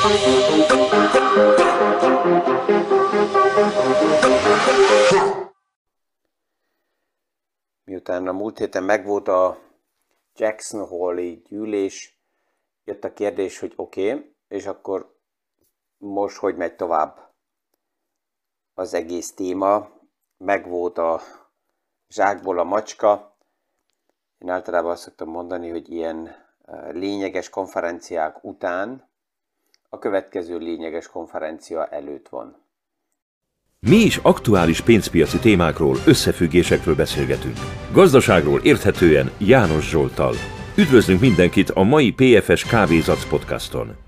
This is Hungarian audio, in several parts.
Miután a múlt héten megvolt a Jackson Hole-i gyűlés, jött a kérdés, hogy oké, és akkor most hogy megy tovább az egész téma. Megvolt a zsákból a macska. Én általában azt szoktam mondani, hogy ilyen lényeges konferenciák után a következő lényeges konferencia előtt van. Mi is aktuális pénzpiaci témákról, összefüggésekről beszélgetünk. Gazdaságról érthetően János Zsolttal. Üdvözlünk mindenkit a mai PFS Kávézac podcaston.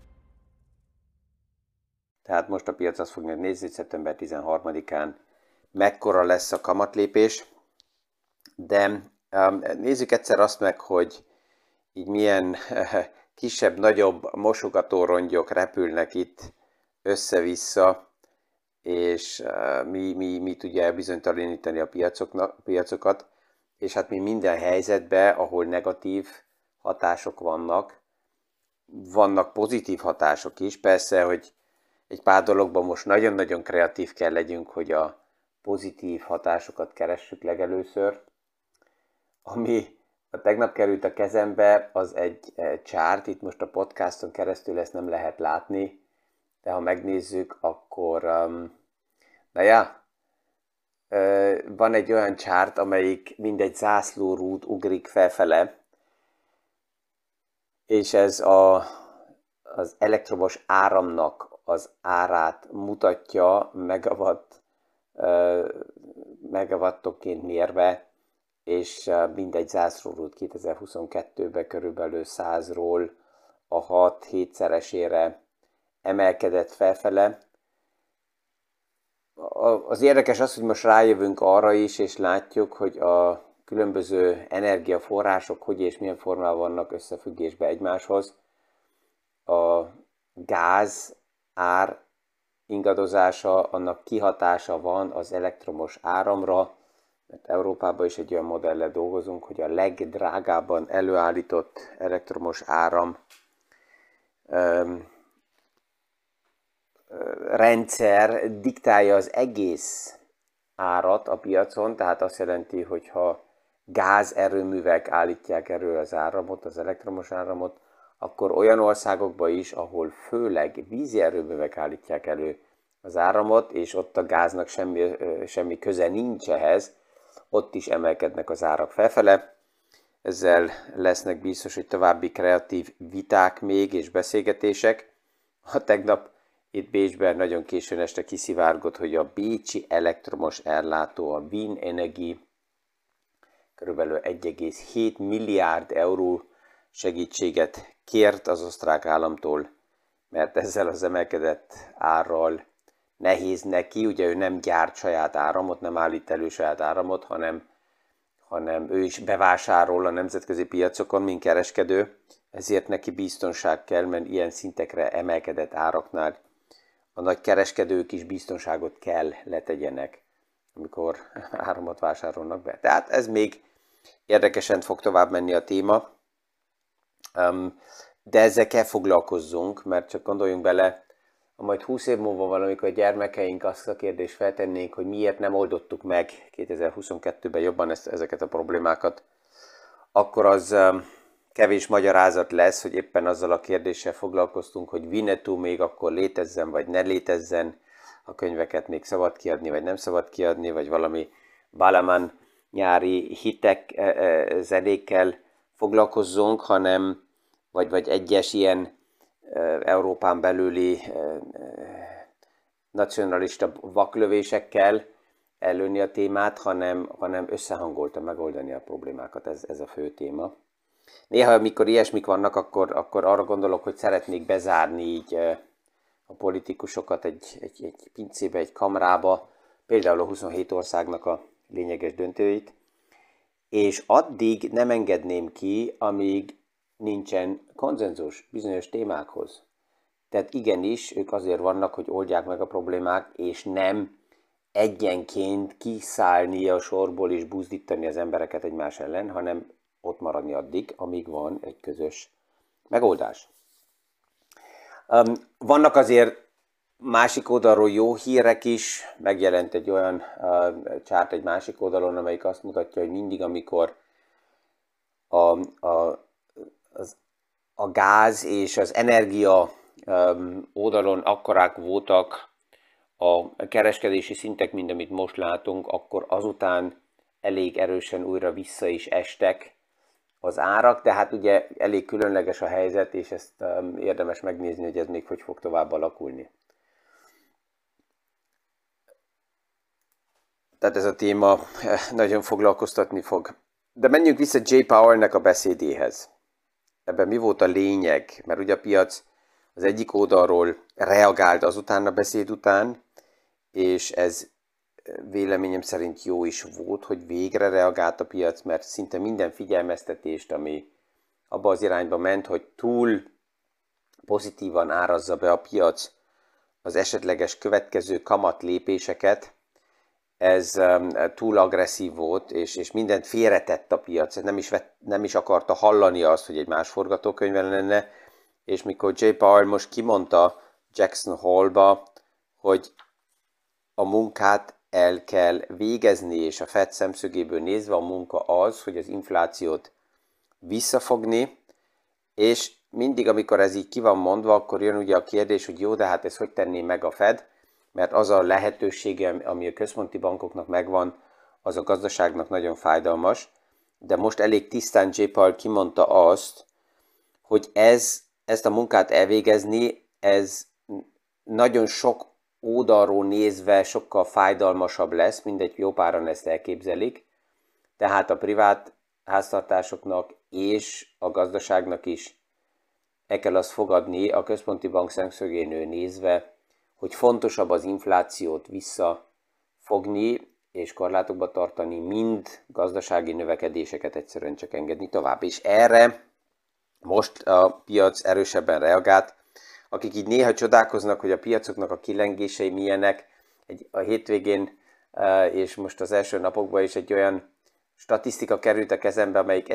Tehát most a piac azt fogja nézni, hogy szeptember 13-án mekkora lesz a kamatlépés, de nézzük egyszer azt meg, hogy így milyen kisebb-nagyobb mosogatórongyok repülnek itt össze-vissza, és mi tudja bizonytalanítani a piacokat, és hát mi minden helyzetben, ahol negatív hatások vannak pozitív hatások is. Persze, hogy egy pár dologban most nagyon-nagyon kreatív kell legyünk, hogy a pozitív hatásokat keressük legelőször. Ami a tegnap került a kezembe, az egy chart, itt most a podcaston keresztül ezt nem lehet látni, de ha megnézzük, akkor van egy olyan chart, amelyik mindegy zászlórút ugrik felfele, és ez az elektromos áramnak az árát mutatja megawattokként mérve, és mindegy zászlórút 2022-ben körülbelül 100-ról a 6-7-szeresére emelkedett felfele. Az érdekes az, hogy most rájövünk arra is, és látjuk, hogy a különböző energiaforrások hogy és milyen formában vannak összefüggésbe egymáshoz. A gáz ár ingadozása, annak kihatása van az elektromos áramra, mert Európában is egy olyan modellel dolgozunk, hogy a legdrágábban előállított elektromos áram rendszer diktálja az egész árat a piacon, tehát azt jelenti, hogy ha gázerőművek állítják elő az áramot, az elektromos áramot, akkor olyan országokban is, ahol főleg vízi erőművek állítják elő az áramot, és ott a gáznak semmi köze nincs ehhez, ott is emelkednek az árak felfele. Ezzel lesznek biztos, hogy további kreatív viták még és beszélgetések. Tegnap itt Bécsben nagyon későn este kiszivárgott, hogy a bécsi elektromos ellátó, a Wien Energie kb. 1,7 milliárd euró segítséget kért az osztrák államtól, mert ezzel az emelkedett árral nehéz neki, ugye ő nem gyárt saját áramot, nem állít elő saját áramot, hanem ő is bevásárol a nemzetközi piacokon, mint kereskedő, ezért neki biztonság kell, mert ilyen szintekre emelkedett áraknál a nagy kereskedők is biztonságot kell letegyenek, amikor áramot vásárolnak be. Tehát ez még érdekesen fog tovább menni a téma, de ezzel kell foglalkozzunk, mert csak gondoljunk bele, ha majd 20 év múlva valamikor a gyermekeink azt a kérdést feltennénk, hogy miért nem oldottuk meg 2022-ben jobban ezeket a problémákat, akkor az kevés magyarázat lesz, hogy éppen azzal a kérdéssel foglalkoztunk, hogy Winnetou még akkor létezzen, vagy ne létezzen, a könyveket még szabad kiadni, vagy nem szabad kiadni, vagy valami Balamain nyári hitek, zenékkel foglalkozzunk, hanem vagy egyes ilyen Európán belüli nacionalista vaklövésekkel előni a témát, hanem összehangoltan megoldani a problémákat, ez a fő téma. Néha, amikor ilyesmik vannak, akkor arra gondolok, hogy szeretnék bezárni így a politikusokat egy pincébe, egy kamrába, például a 27 országnak a lényeges döntőit, és addig nem engedném ki, amíg nincsen konszenzus bizonyos témákhoz. Tehát igenis, ők azért vannak, hogy oldják meg a problémák, és nem egyenként kiszállni a sorból és buzdítani az embereket egymás ellen, hanem ott maradni addig, amíg van egy közös megoldás. Vannak azért másik oldalról jó hírek is, megjelent egy olyan csárt egy másik oldalon, amelyik azt mutatja, hogy mindig, amikor a gáz és az energia oldalon akkorák voltak a kereskedési szintek, mint amit most látunk, akkor azután elég erősen újra vissza is estek az árak, de hát ugye elég különleges a helyzet, és ezt érdemes megnézni, hogy ez még hogy fog tovább alakulni. Tehát ez a téma nagyon foglalkoztatni fog. De menjünk vissza Jay Powellnek a beszédéhez. Ebben mi volt a lényeg? Mert ugye a piac az egyik oldalról reagált azután a beszéd után, és ez véleményem szerint jó is volt, hogy végre reagált a piac, mert szinte minden figyelmeztetést, ami abba az irányba ment, hogy túl pozitívan árazza be a piac az esetleges következő kamatlépéseket, ez túl agresszív volt, és mindent félretett a piac, nem is akarta hallani azt, hogy egy más forgatókönyve lenne, és mikor Jay Powell most kimondta Jackson Hole-ba, hogy a munkát el kell végezni, és a Fed szemszögéből nézve a munka az, hogy az inflációt visszafogni, és mindig, amikor ez így ki van mondva, akkor jön ugye a kérdés, hogy jó, de hát ezt hogy tenné meg a Fed, mert az a lehetősége, ami a központi bankoknak megvan, az a gazdaságnak nagyon fájdalmas, de most elég tisztán Jay Powell kimondta azt, hogy ezt a munkát elvégezni, ez nagyon sok oldalról nézve sokkal fájdalmasabb lesz, mindegy jó páran ezt elképzelik, tehát a privát háztartásoknak és a gazdaságnak is el kell azt fogadni a központi bank szemszögénől nézve, hogy fontosabb az inflációt visszafogni és korlátokba tartani, mind gazdasági növekedéseket egyszerűen csak engedni tovább. És erre most a piac erősebben reagált. Akik így néha csodálkoznak, hogy a piacoknak a kilengései milyenek, a hétvégén és most az első napokban is egy olyan statisztika került a kezembe, amelyik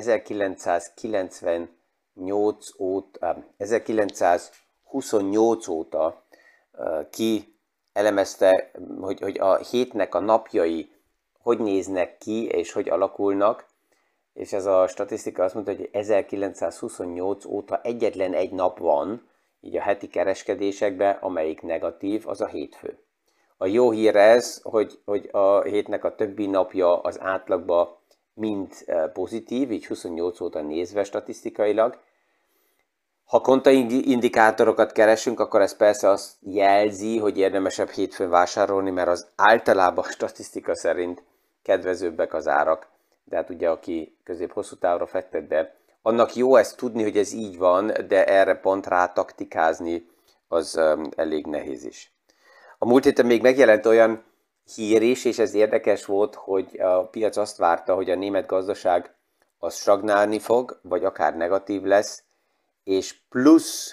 1928 óta ki elemezte, hogy a hétnek a napjai hogy néznek ki és hogy alakulnak, és ez a statisztika azt mondta, hogy 1928 óta egyetlen egy nap van, így a heti kereskedésekben, amelyik negatív, az a hétfő. A jó hír ez, hogy a hétnek a többi napja az átlagban mind pozitív, így 28 óta nézve statisztikailag. Ha kontraindikátorokat keresünk, akkor ez persze azt jelzi, hogy érdemesebb hétfőn vásárolni, mert az általában statisztika szerint kedvezőbbek az árak. De hát ugye aki közép-hosszú távra fektet be, annak jó ezt tudni, hogy ez így van, de erre pont rá taktikázni az elég nehéz is. A múlt héten még megjelent olyan hír is, és ez érdekes volt, hogy a piac azt várta, hogy a német gazdaság az stagnálni fog, vagy akár negatív lesz, és plusz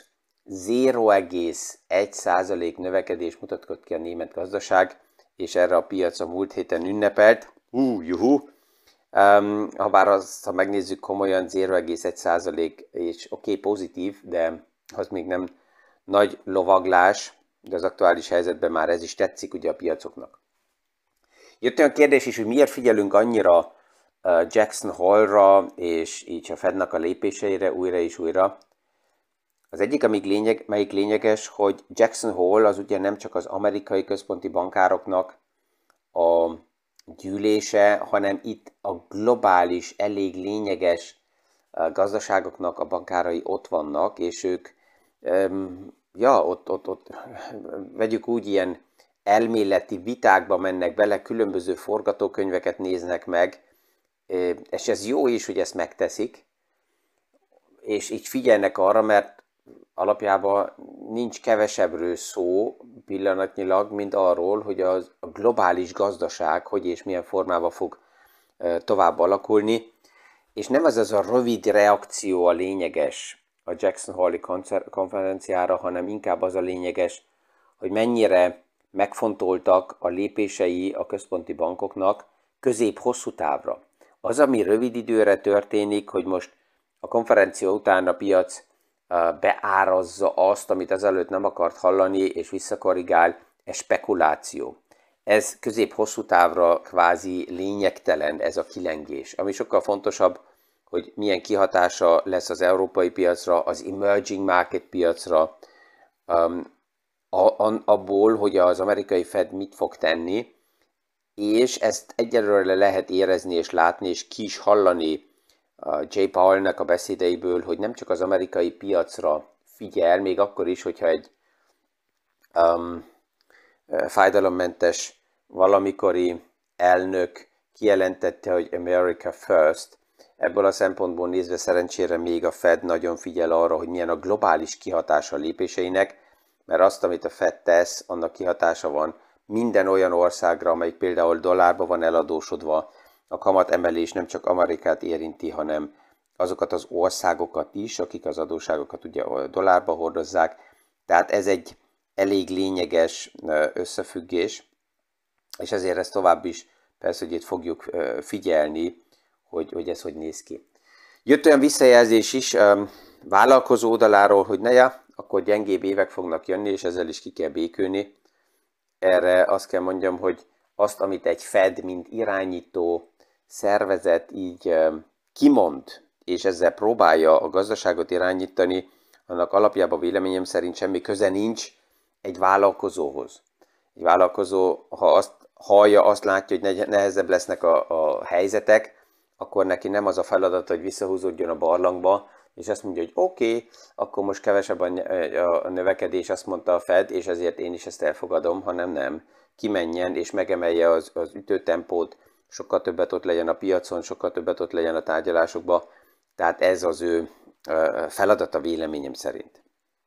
0,1% növekedés mutatkozott ki a német gazdaság, és erre a piac a múlt héten ünnepelt. Juhu! Habár ha megnézzük komolyan, 0,1% és oké, pozitív, de az még nem nagy lovaglás, de az aktuális helyzetben már ez is tetszik ugye a piacoknak. Jött olyan kérdés is, hogy miért figyelünk annyira Jackson Hole-ra, és így a Fednak a lépéseire újra és újra. Az egyik, melyik lényeges, hogy Jackson Hole az ugye nem csak az amerikai központi bankároknak a gyűlése, hanem itt a globális, elég lényeges gazdaságoknak a bankárai ott vannak, és ők, ott vegyük úgy, ilyen elméleti vitákba mennek bele, különböző forgatókönyveket néznek meg, és ez jó is, hogy ezt megteszik, és így figyelnek arra, mert alapjában nincs kevesebbről szó pillanatnyilag, mint arról, hogy a globális gazdaság hogy és milyen formában fog tovább alakulni, és nem az a rövid reakció a lényeges a Jackson Hole-i konferenciára, hanem inkább az a lényeges, hogy mennyire megfontoltak a lépései a központi bankoknak közép-hosszú távra. Az, ami rövid időre történik, hogy most a konferencia után a piac beárazza azt, amit azelőtt nem akart hallani, és visszakorrigál, ez spekuláció. Ez közép-hosszú távra kvázi lényegtelen, ez a kilengés. Ami sokkal fontosabb, hogy milyen kihatása lesz az európai piacra, az emerging market piacra, abból, hogy az amerikai Fed mit fog tenni, és ezt egyelőre lehet érezni és látni, és ki is hallani Jay Powellnek a beszédeiből, hogy nem csak az amerikai piacra figyel, még akkor is, hogyha egy fájdalommentes valamikori elnök kijelentette, hogy America First. Ebből a szempontból nézve szerencsére még a Fed nagyon figyel arra, hogy milyen a globális kihatása a lépéseinek, mert azt, amit a Fed tesz, annak kihatása van minden olyan országra, amelyik például dollárba van eladósodva. A kamatemelés nem csak Amerikát érinti, hanem azokat az országokat is, akik az adósságokat ugye dollárba hordozzák. Tehát ez egy elég lényeges összefüggés, és ezért ezt tovább is persze, hogy itt fogjuk figyelni, hogy ez hogy néz ki. Jött olyan visszajelzés is vállalkozó oldaláról, hogy akkor gyengébb évek fognak jönni, és ezzel is ki kell békülni. Erre azt kell mondjam, hogy azt, amit egy Fed, mint irányító szervezet így kimond, és ezzel próbálja a gazdaságot irányítani, annak alapjában véleményem szerint semmi köze nincs egy vállalkozóhoz. Egy vállalkozó, ha azt hallja, azt látja, hogy nehezebb lesznek a helyzetek, akkor neki nem az a feladat, hogy visszahúzódjon a barlangba, és azt mondja, hogy oké, akkor most kevesebb a növekedés, azt mondta a Fed, és ezért én is ezt elfogadom, hanem nem. Kimenjen és megemelje az ütőtempót, sokkal többet ott legyen a piacon, sokkal többet ott legyen a tárgyalásokban. Tehát ez az ő feladata véleményem szerint.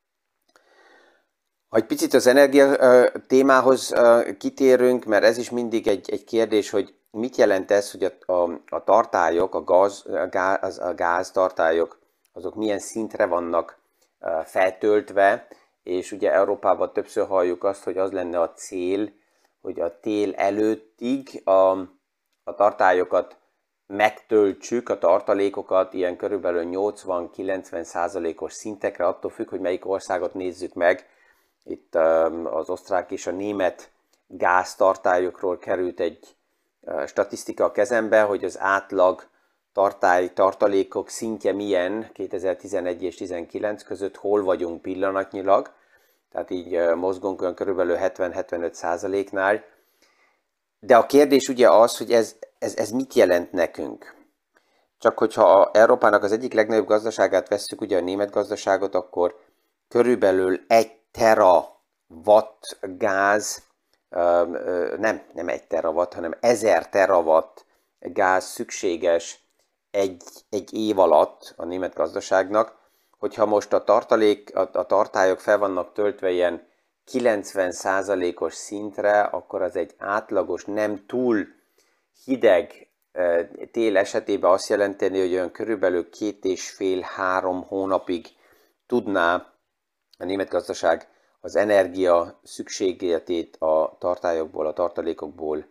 Ha egy picit az energia témához kitérünk, mert ez is mindig egy kérdés, hogy mit jelent ez, hogy a tartályok, a gáztartályok, azok milyen szintre vannak feltöltve, és ugye Európában többször halljuk azt, hogy az lenne a cél, hogy a tél előttig a tartályokat megtöltsük, a tartalékokat ilyen körülbelül 80-90%-os szintekre, attól függ, hogy melyik országot nézzük meg. Itt az osztrák és a német gáztartályokról került egy statisztika a kezembe, hogy az átlag tartalékok szintje milyen 2011 és 2019 között, hol vagyunk pillanatnyilag, tehát így mozgunk olyan körülbelül 70-75%-nál. De a kérdés ugye az, hogy ez mit jelent nekünk? Csak hogyha Európának az egyik legnagyobb gazdaságát vesszük, ugye a német gazdaságot, akkor körülbelül 1 terawatt gáz, nem 1 terawatt, hanem 1000 terawatt gáz szükséges egy év alatt a német gazdaságnak. Hogyha most a tartályok fel vannak töltve ilyen 90%-os szintre, akkor az egy átlagos, nem túl hideg tél esetében azt jelenteni, hogy olyan körülbelül 2,5-3 hónapig tudná a német gazdaság az energia szükségletét a tartályokból, a tartalékokból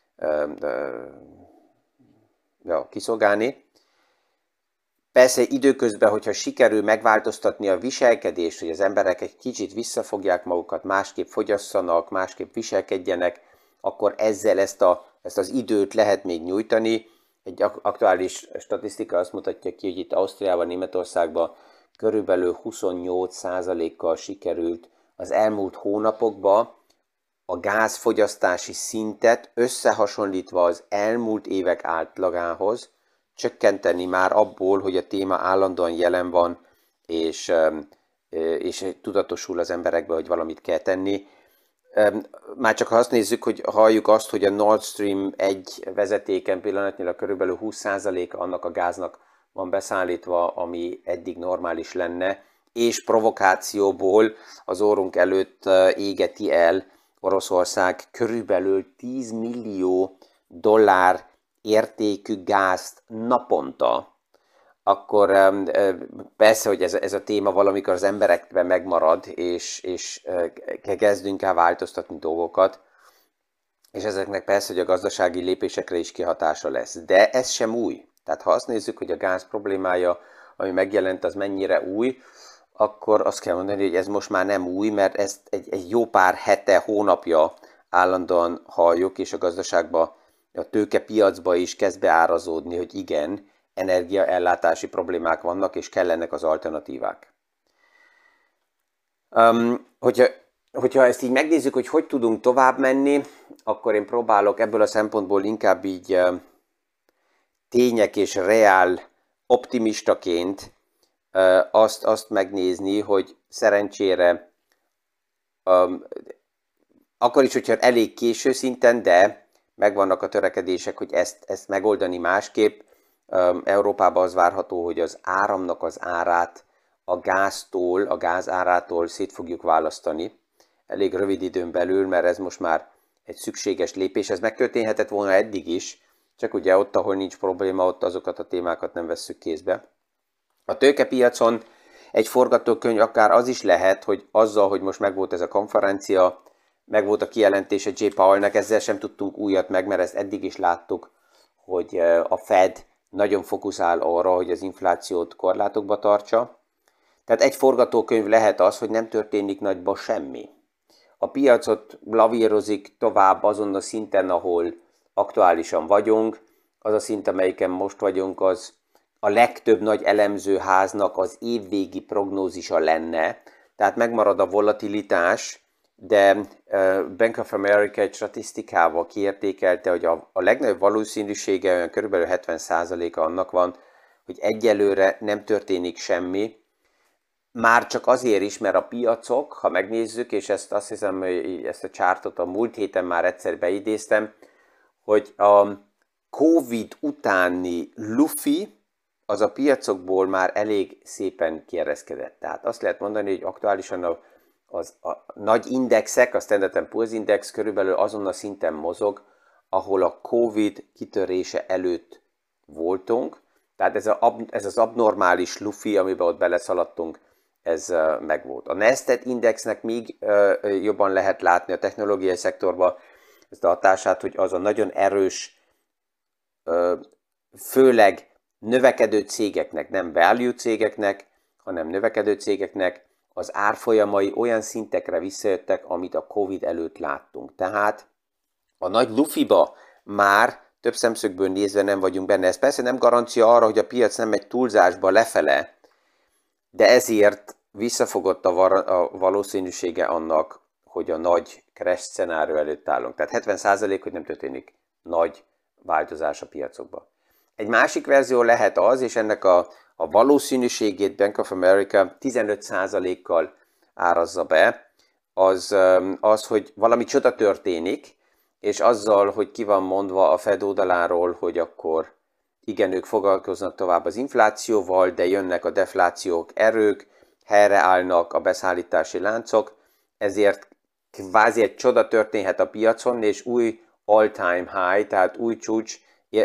kiszolgálni. Persze időközben, hogyha sikerül megváltoztatni a viselkedést, hogy az emberek egy kicsit visszafogják magukat, másképp fogyasszanak, másképp viselkedjenek, akkor ezzel ezt az időt lehet még nyújtani. Egy aktuális statisztika azt mutatja ki, hogy itt Ausztriában, Németországban körülbelül 28%-kal sikerült az elmúlt hónapokban a gázfogyasztási szintet összehasonlítva az elmúlt évek átlagához csökkenteni már abból, hogy a téma állandóan jelen van, és tudatosul az emberekbe, hogy valamit kell tenni. Már csak ha azt nézzük, hogy halljuk azt, hogy a Nord Stream 1 vezetéken pillanatnyilag körülbelül 20%-a annak a gáznak van beszállítva, ami eddig normális lenne, és provokációból az orrunk előtt égeti el Oroszország körülbelül 10 millió dollár értékű gázt naponta, akkor persze, hogy ez a téma valamikor az emberekben megmarad, és kezdünk el változtatni dolgokat, és ezeknek persze, hogy a gazdasági lépésekre is kihatása lesz. De ez sem új. Tehát ha azt nézzük, hogy a gáz problémája, ami megjelent, az mennyire új, akkor azt kell mondani, hogy ez most már nem új, mert ezt egy jó pár hete, hónapja állandóan halljuk, és a gazdaságban, a tőkepiacba is kezd beárazódni, hogy igen, energiaellátási problémák vannak, és kellenek az alternatívák. Hogyha ezt így megnézzük, hogy tudunk tovább menni, akkor én próbálok ebből a szempontból inkább így tények és reál optimistaként azt megnézni, hogy szerencsére akkor is, hogyha elég késő szinten, de megvannak a törekedések, hogy ezt megoldani másképp. Európában az várható, hogy az áramnak az árát a gáz árától szét fogjuk választani elég rövid időn belül, mert ez most már egy szükséges lépés. Ez megtörténhetett volna eddig is, csak ugye ott, ahol nincs probléma, ott azokat a témákat nem vesszük kézbe. A tőkepiacon egy forgatókönyv akár az is lehet, hogy azzal, hogy most megvolt ez a konferencia, megvolt a kijelentése J. Powellnek, ezzel sem tudtunk újat meg, mert ezt eddig is láttuk, hogy a Fed nagyon fókuszál arra, hogy az inflációt korlátokba tartsa. Tehát egy forgatókönyv lehet az, hogy nem történik nagyba semmi. A piacot lavírozik tovább azon a szinten, ahol aktuálisan vagyunk. Az a szint, amelyiken most vagyunk, az a legtöbb nagy elemzőháznak az évvégi prognózisa lenne. Tehát megmarad a volatilitás, de Bank of America egy statisztikával kiértékelte, hogy a legnagyobb valószínűsége olyan kb. 70%-a annak van, hogy egyelőre nem történik semmi. Már csak azért is, mert a piacok, ha megnézzük, és azt hiszem, hogy ezt a csártot a múlt héten már egyszer beidéztem, hogy a Covid utáni lufi az a piacokból már elég szépen kiereszkedett. Tehát azt lehet mondani, hogy aktuálisan a nagy indexek, a Standard & Poor's Index körülbelül azon a szinten mozog, ahol a Covid kitörése előtt voltunk. Tehát ez az abnormális lufi, amiben ott beleszaladtunk, ez megvolt. A Nasdaq Indexnek még jobban lehet látni a technológiai szektorban ezt a hatását, hogy az a nagyon erős, főleg növekedő cégeknek, nem value cégeknek, hanem növekedő cégeknek az árfolyamai olyan szintekre visszajöttek, amit a Covid előtt láttunk. Tehát a nagy lufiba már több szemszögből nézve nem vagyunk benne. Ez persze nem garancia arra, hogy a piac nem megy túlzásba lefele, de ezért visszafogott a valószínűsége annak, hogy a nagy crash szenárió előtt állunk. Tehát 70%, hogy nem történik nagy változás a piacokban. Egy másik verzió lehet az, és ennek a valószínűségét Bank of America 15%-kal árazza be, az, hogy valami csoda történik, és azzal, hogy ki van mondva a Fed oldaláról, hogy akkor igen, ők foglalkoznak tovább az inflációval, de jönnek a deflációk erők, helyreállnak a beszállítási láncok, ezért kvázi egy csoda történhet a piacon, és új all-time high, tehát új csúcs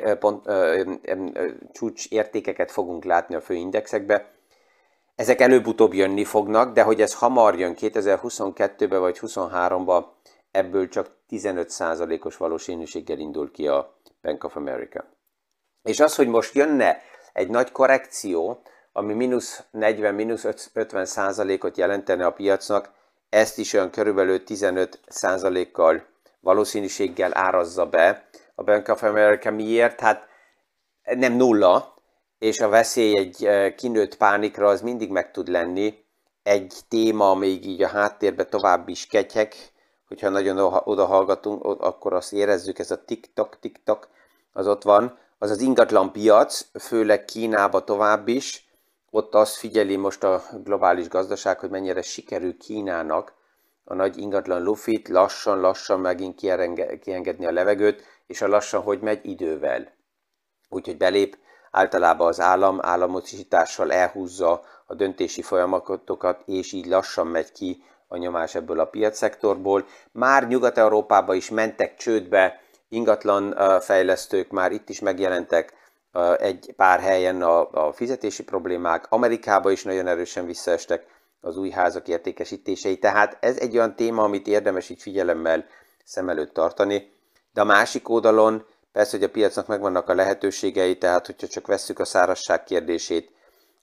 értékeket fogunk látni a főindexekbe. Ezek előbb-utóbb jönni fognak, de hogy ez hamar jön 2022-ben vagy 2023-ban, ebből csak 15%-os valószínűséggel indul ki a Bank of America. És az, hogy most jönne egy nagy korrekció, ami mínusz 40-50%-ot jelentene a piacnak, ezt is olyan körülbelül 15%-kal valószínűséggel árazza be a Bank of America. Miért? Hát nem nulla, és a veszély egy kinőtt pánikra az mindig meg tud lenni. Egy téma, még így a háttérben tovább is ketyeg, hogyha nagyon odahallgatunk, akkor azt érezzük, ez a tik-tak, az ott van. Az az ingatlan piac, főleg Kínába tovább is. Ott azt figyeli most a globális gazdaság, hogy mennyire sikerül Kínának a nagy ingatlan lufit lassan megint kiengedni a levegőt, és a lassan hogy megy idővel. Úgyhogy belép általában az államosítással elhúzza a döntési folyamatokat, és így lassan megy ki a nyomás ebből a piacszektorból. Már Nyugat-Európában is mentek csődbe ingatlan fejlesztők, már itt is megjelentek egy pár helyen a fizetési problémák. Amerikában is nagyon erősen visszaestek az új házak értékesítései. Tehát ez egy olyan téma, amit érdemes így figyelemmel szem előtt tartani. De a másik oldalon persze, hogy a piacnak megvannak a lehetőségei, tehát hogyha csak vesszük a szárazság kérdését,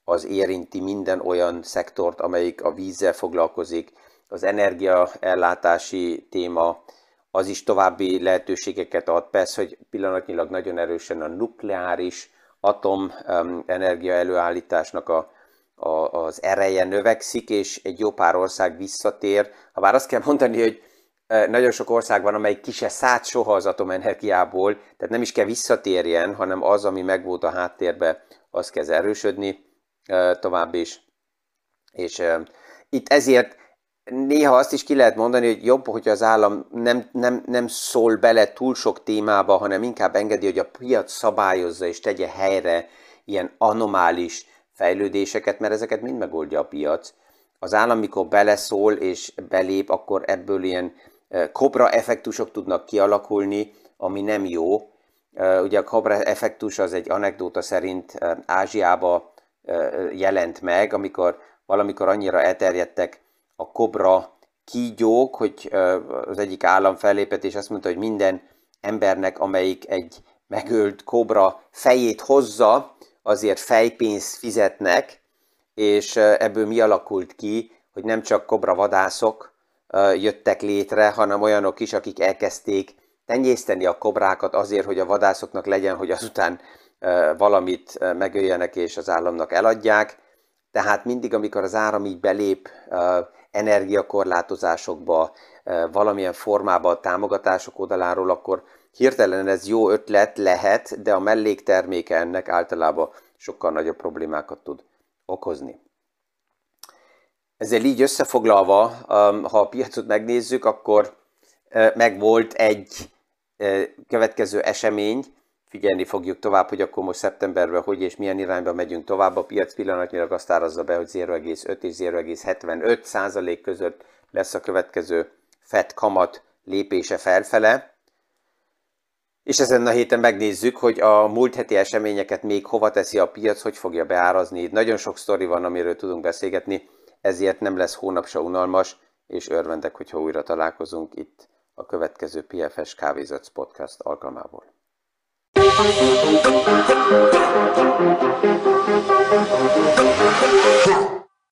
az érinti minden olyan szektort, amelyik a vízzel foglalkozik, az energiaellátási téma, az is további lehetőségeket ad. Persze, hogy pillanatnyilag nagyon erősen a nukleáris atomenergia előállításnak az ereje növekszik, és egy jó pár ország visszatér. Habár azt kell mondani, hogy nagyon sok ország van, amelyik ki se szállt soha az atomenergiából, tehát nem is kell visszatérjen, hanem az, ami megvolt a háttérbe, az kezd erősödni tovább is. És itt ezért néha azt is ki lehet mondani, hogy jobb, hogy az állam nem szól bele túl sok témába, hanem inkább engedi, hogy a piac szabályozza és tegye helyre ilyen anomális fejlődéseket, mert ezeket mind megoldja a piac. Az állam, mikor beleszól és belép, akkor ebből ilyen kobra effektusok tudnak kialakulni, ami nem jó. Ugye a kobra effektus az egy anekdóta szerint Ázsiába jelent meg, amikor valamikor annyira elterjedtek a kobra kígyók, hogy az egyik állam fellépett, és azt mondta, hogy minden embernek, amelyik egy megölt kobra fejét hozza, azért fejpénzt fizetnek, és ebből mi alakult ki, hogy nem csak kobra vadászok jöttek létre, hanem olyanok is, akik elkezdték tenyészteni a kobrákat azért, hogy a vadászoknak legyen, hogy azután valamit megöljenek és az államnak eladják. Tehát mindig, amikor az állam így belép energiakorlátozásokba, valamilyen formában a támogatások oldaláról, akkor hirtelen ez jó ötlet lehet, de a mellékterméke ennek általában sokkal nagyobb problémákat tud okozni. Ezzel így összefoglalva, ha a piacot megnézzük, akkor megvolt egy következő esemény, figyelni fogjuk tovább, hogy akkor most szeptemberben hogy és milyen irányba megyünk tovább. A piac pillanatnyilag azt árazza be, hogy 0,5 és 0,75% között lesz a következő Fed kamat lépése felfele. És ezen a héten megnézzük, hogy a múlt heti eseményeket még hova teszi a piac, hogy fogja beárazni. Itt nagyon sok sztori van, amiről tudunk beszélgetni, ezért nem lesz hónap se unalmas, és örvendek, hogyha újra találkozunk itt a következő PFS Kávézac Podcast alkalmából. Ha!